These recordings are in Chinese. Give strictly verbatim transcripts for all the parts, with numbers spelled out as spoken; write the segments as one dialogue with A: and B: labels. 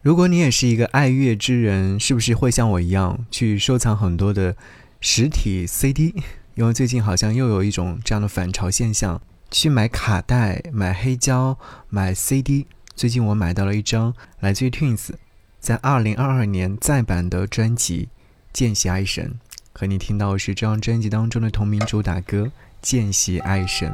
A: 如果你也是一个爱乐之人，是不是会像我一样去收藏很多的实体 C D？ 因为最近好像又有一种这样的反潮现象，去买卡带、买黑胶、买 C D。 最近我买到了一张来自于 Twins 在二零二二年再版的专辑《见习爱神》，和你听到的是这张专辑当中的同名主打歌《见习爱神》。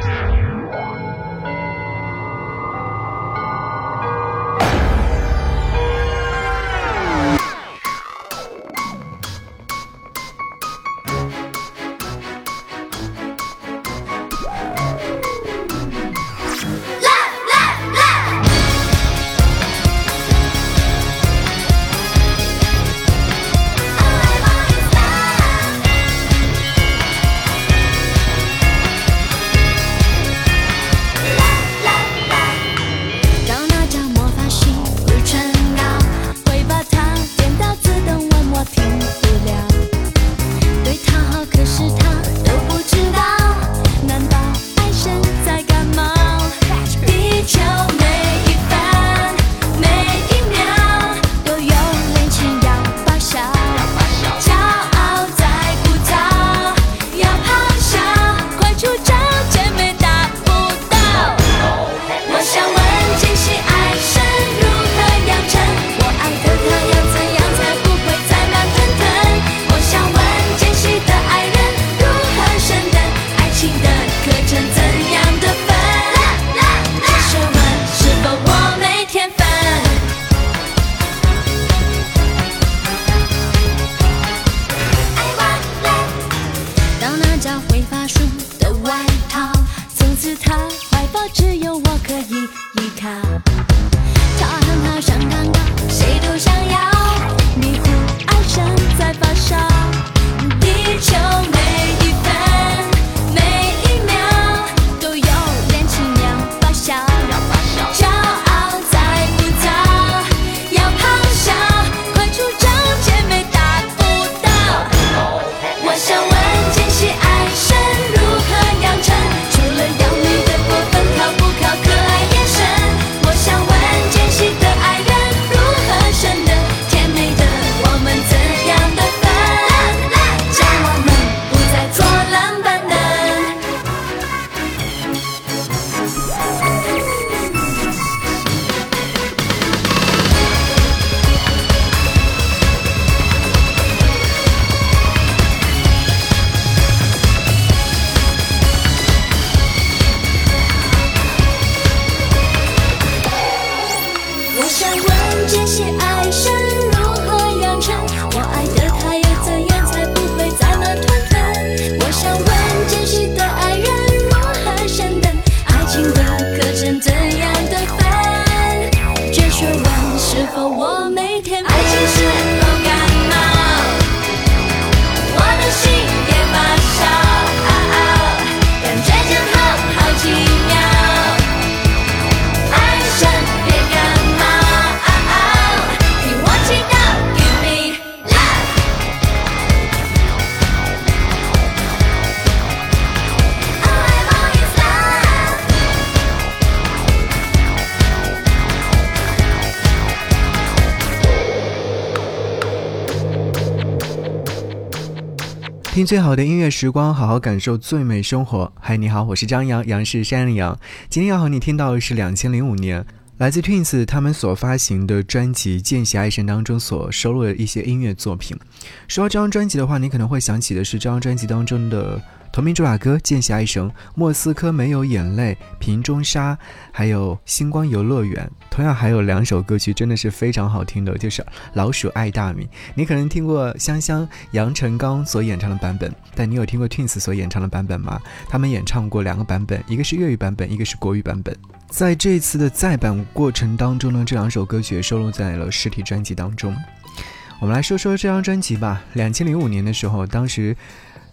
A: 听最好的音乐时光，好好感受最美生活。嗨，你好，我是张扬，杨是山里杨。今天要和你听到的是两千零五年来自 Twins 他们所发行的专辑《见习爱神》当中所收录的一些音乐作品。说到这张专辑的话，你可能会想起的是这张专辑当中的同名主打歌《见习爱神》、莫斯科没有眼泪、瓶中沙，还有星光游乐园。同样还有两首歌曲真的是非常好听的，就是老鼠爱大米。你可能听过香香杨臣刚所演唱的版本，但你有听过 Twins 所演唱的版本吗？他们演唱过两个版本，一个是粤语版本，一个是国语版本。在这次的再版过程当中呢，这两首歌曲也收录在了实体专辑当中。我们来说说这张专辑吧。两千零五年的时候，当时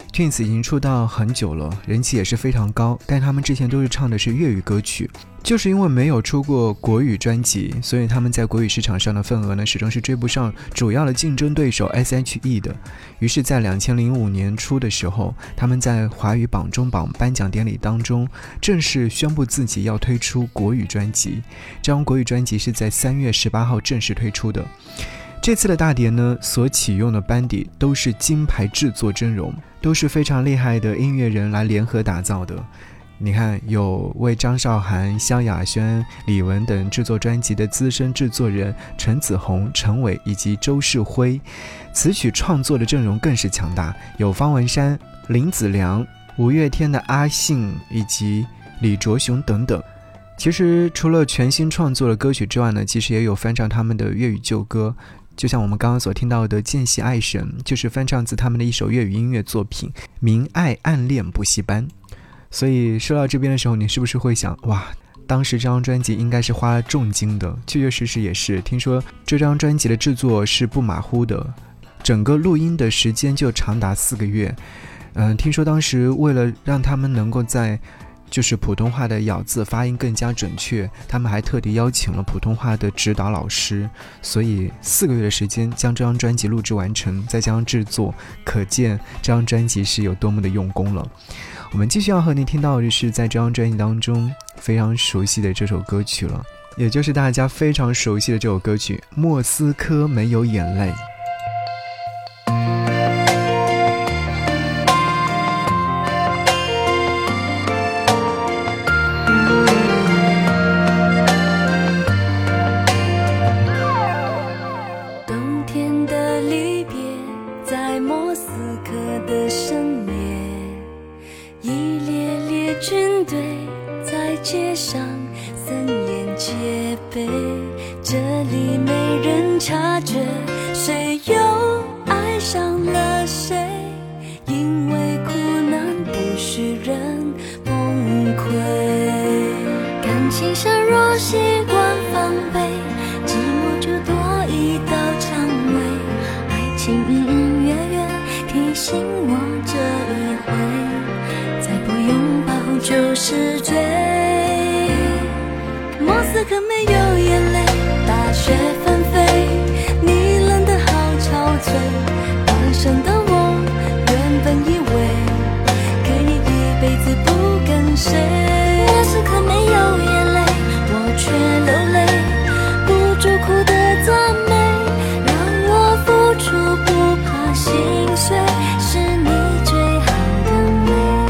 A: Twins 已经出道很久了，人气也是非常高，但他们之前都是唱的是粤语歌曲，就是因为没有出过国语专辑，所以他们在国语市场上的份额呢，始终是追不上主要的竞争对手 S H E 的。于是在二零零五年初的时候，他们在华语榜中榜颁奖典礼当中正式宣布自己要推出国语专辑，这张国语专辑是在三月十八号正式推出的。这次的大碟呢，所启用的班底都是金牌制作阵容，都是非常厉害的音乐人来联合打造的。你看，有为张韶涵、萧亚轩、李玟等制作专辑的资深制作人陈子鸿、陈伟以及周世辉，词曲创作的阵容更是强大，有方文山、林子良、五月天的阿信以及李卓雄等等。其实除了全新创作的歌曲之外呢，其实也有翻唱他们的粤语旧歌，就像我们刚刚所听到的《见习爱神》，就是翻唱自他们的一首粤语音乐作品《明爱暗恋补习班》。所以说到这边的时候，你是不是会想，哇，当时这张专辑应该是花了重金的？确确实实也是，听说这张专辑的制作是不马虎的，整个录音的时间就长达四个月。嗯，听说当时为了让他们能够在就是普通话的咬字发音更加准确，他们还特地邀请了普通话的指导老师，所以四个月的时间将这张专辑录制完成，再加上制作，可见这张专辑是有多么的用功了。我们继续要和你听到的是在这张专辑当中非常熟悉的这首歌曲了，也就是大家非常熟悉的这首歌曲《莫斯科没有眼泪》。
B: 冬天的离别，在莫斯科的深夜，一列列军队在街上森严戒备，这里没人察觉谁又爱上了谁，因为苦难不许人崩溃，感情上若习惯防备，寂寞就多一道蔷薇，爱情隐隐约约提醒我这一回，再不拥抱就是罪。莫斯科没有眼泪，大雪纷飞，你冷得好憔悴，单身的我原本以为可以一辈子不跟谁，莫斯科没有眼泪，我却流泪，不住苦的赞美，让我付出不怕心碎，是你最好的美。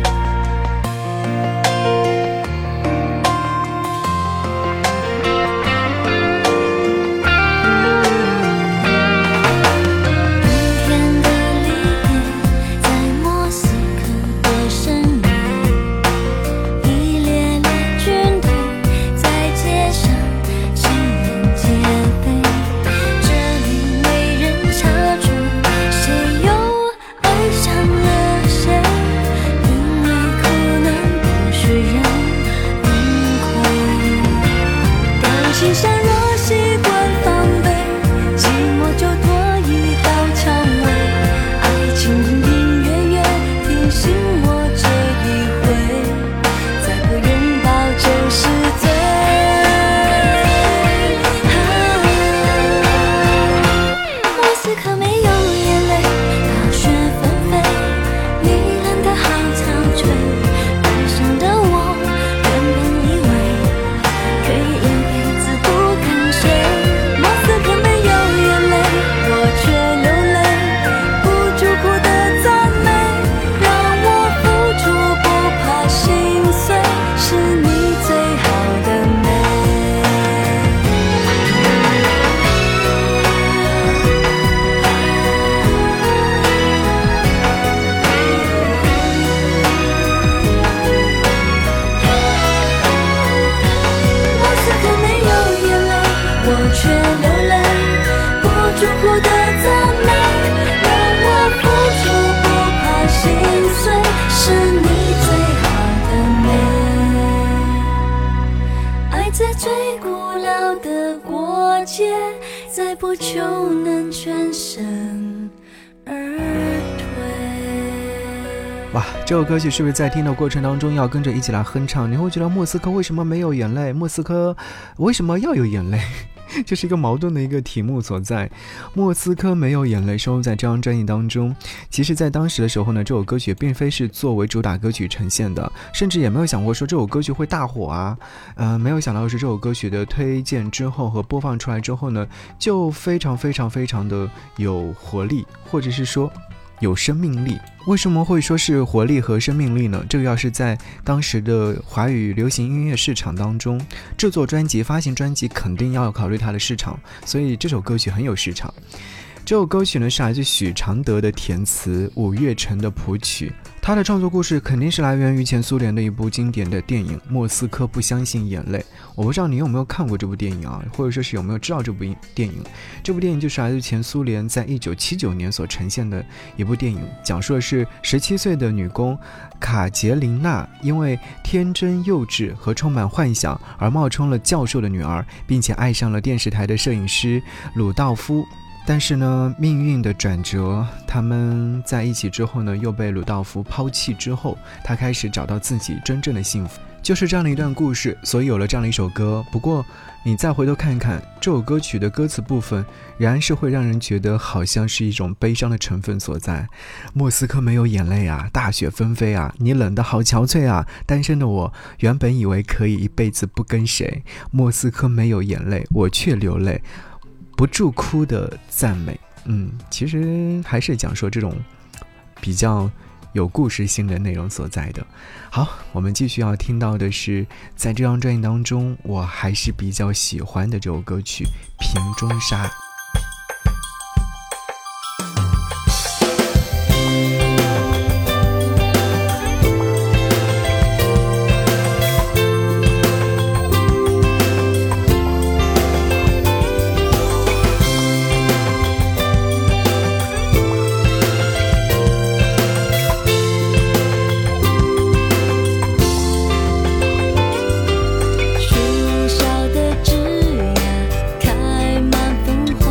B: 再不就能全身而退。
A: 哇，这首歌曲是不是在听的过程当中要跟着一起来哼唱？你会觉得莫斯科为什么没有眼泪？莫斯科为什么要有眼泪？这是一个矛盾的一个题目所在。莫斯科没有眼泪收录在这张专辑当中。其实在当时的时候呢，这首歌曲并非是作为主打歌曲呈现的，甚至也没有想过说这首歌曲会大火啊。呃，没有想到的是这首歌曲的推荐之后和播放出来之后呢，就非常非常非常的有活力，或者是说有生命力。为什么会说是活力和生命力呢？这个要是在当时的华语流行音乐市场当中，制作专辑发行专辑肯定要考虑它的市场，所以这首歌曲很有市场。这首歌曲呢是来自许常德的填词，五月成的谱曲。他的创作故事肯定是来源于前苏联的一部经典的电影《莫斯科不相信眼泪》。我不知道你有没有看过这部电影啊，或者说是有没有知道这部电影。这部电影就是来自前苏联在一九七九年所呈现的一部电影，讲述的是十七岁的女工卡捷琳娜因为天真幼稚和充满幻想而冒充了教授的女儿，并且爱上了电视台的摄影师鲁道夫。但是呢，命运的转折，他们在一起之后呢，又被鲁道夫抛弃之后，他开始找到自己真正的幸福，就是这样的一段故事，所以有了这样的一首歌。不过你再回头看看这首歌曲的歌词部分，仍然是会让人觉得好像是一种悲伤的成分所在。莫斯科没有眼泪啊，大雪纷飞啊，你冷得好憔悴啊，单身的我原本以为可以一辈子不跟谁，莫斯科没有眼泪，我却流泪，不住哭的赞美。嗯，其实还是讲说这种比较有故事性的内容所在的。好，我们继续要听到的是在这张专辑当中我还是比较喜欢的这首歌曲《瓶中沙》。
B: 树梢的枝桠开满风花。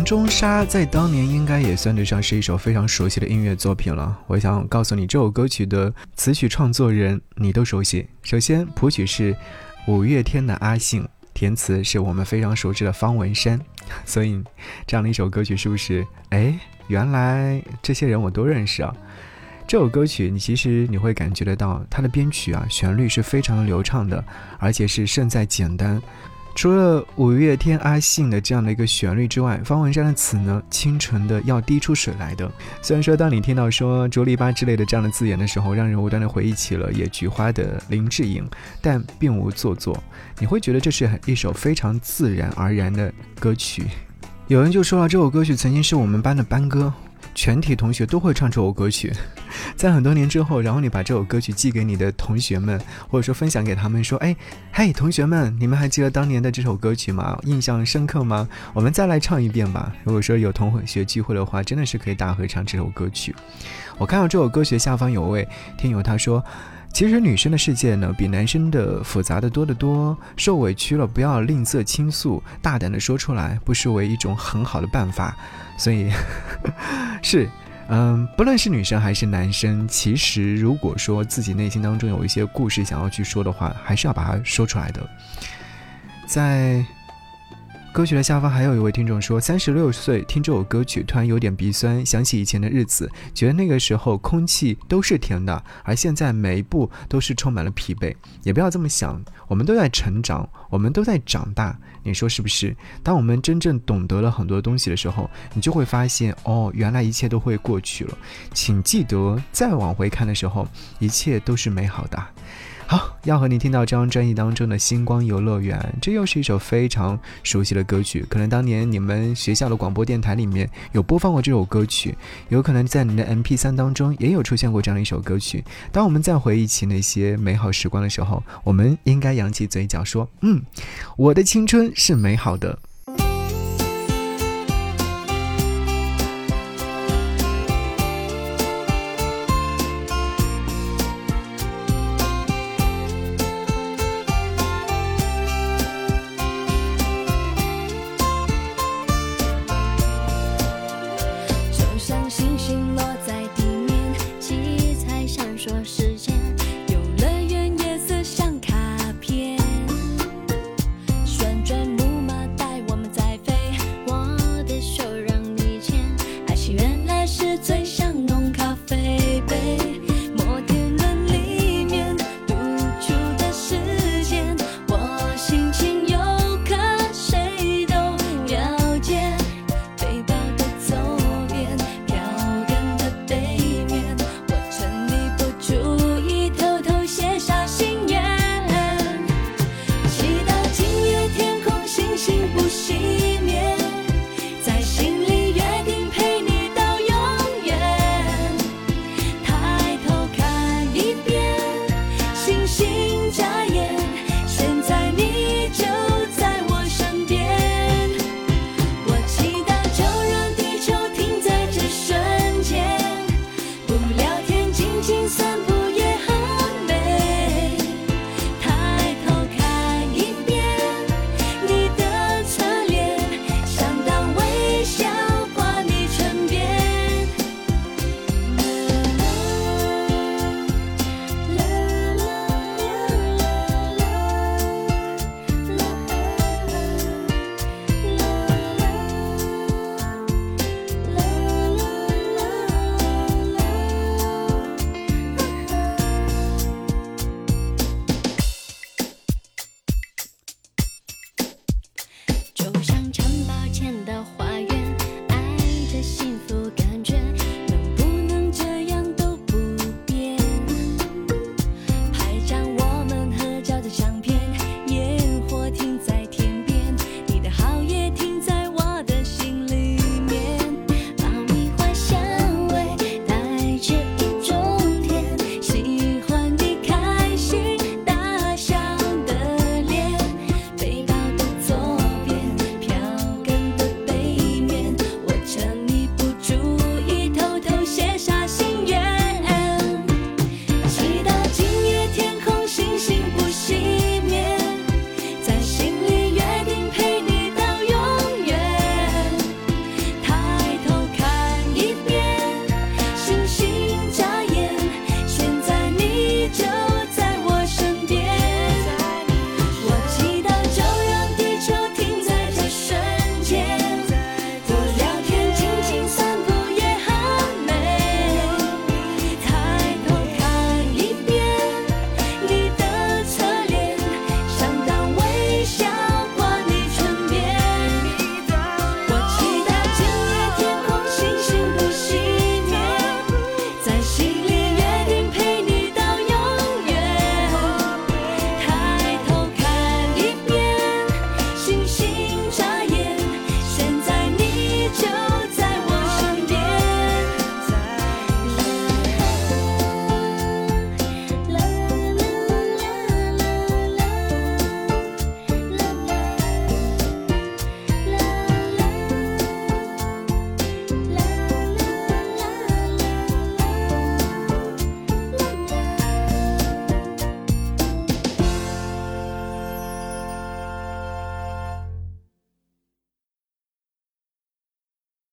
A: 中沙在当年应该也算得上是一首非常熟悉的音乐作品了。我想告诉你，这首歌曲的词曲创作人你都熟悉。首先谱曲是五月天的阿信，填词是我们非常熟知的方文山。所以这样的一首歌曲是不是哎，原来这些人我都认识啊。这首歌曲你其实你会感觉得到它的编曲啊，旋律是非常流畅的，而且是胜在简单。除了五月天阿信的这样的一个旋律之外，方文山的词呢，清纯的要滴出水来的。虽然说当你听到说竹篱笆之类的这样的字眼的时候，让人无端的回忆起了野菊花的林志颖，但并无做作，你会觉得这是一首非常自然而然的歌曲。有人就说了，这首歌曲曾经是我们班的班歌，全体同学都会唱这首歌曲。在很多年之后，然后你把这首歌曲寄给你的同学们，或者说分享给他们说，哎，嘿，同学们，你们还记得当年的这首歌曲吗？印象深刻吗？我们再来唱一遍吧。如果说有同学聚会的话，真的是可以大合唱这首歌曲。我看到这首歌曲下方有位听友他说，其实女生的世界呢，比男生的复杂的多得多，受委屈了不要吝啬倾诉，大胆的说出来，不失为一种很好的办法。所以是嗯，不论是女生还是男生，其实如果说自己内心当中有一些故事想要去说的话，还是要把它说出来的。在歌曲的下方还有一位听众说，三十六岁听这首歌曲突然有点鼻酸，想起以前的日子，觉得那个时候空气都是甜的，而现在每一步都是充满了疲惫。也不要这么想，我们都在成长，我们都在长大，你说是不是？当我们真正懂得了很多东西的时候，你就会发现，哦，原来一切都会过去了。请记得再往回看的时候，一切都是美好的。好，要和你听到这张专辑当中的星光游乐园，这又是一首非常熟悉的歌曲，可能当年你们学校的广播电台里面有播放过这首歌曲，有可能在你的 M P 三 当中也有出现过这样的一首歌曲。当我们再回忆起那些美好时光的时候，我们应该扬起嘴角说，嗯，我的青春是美好的。
B: 星星眨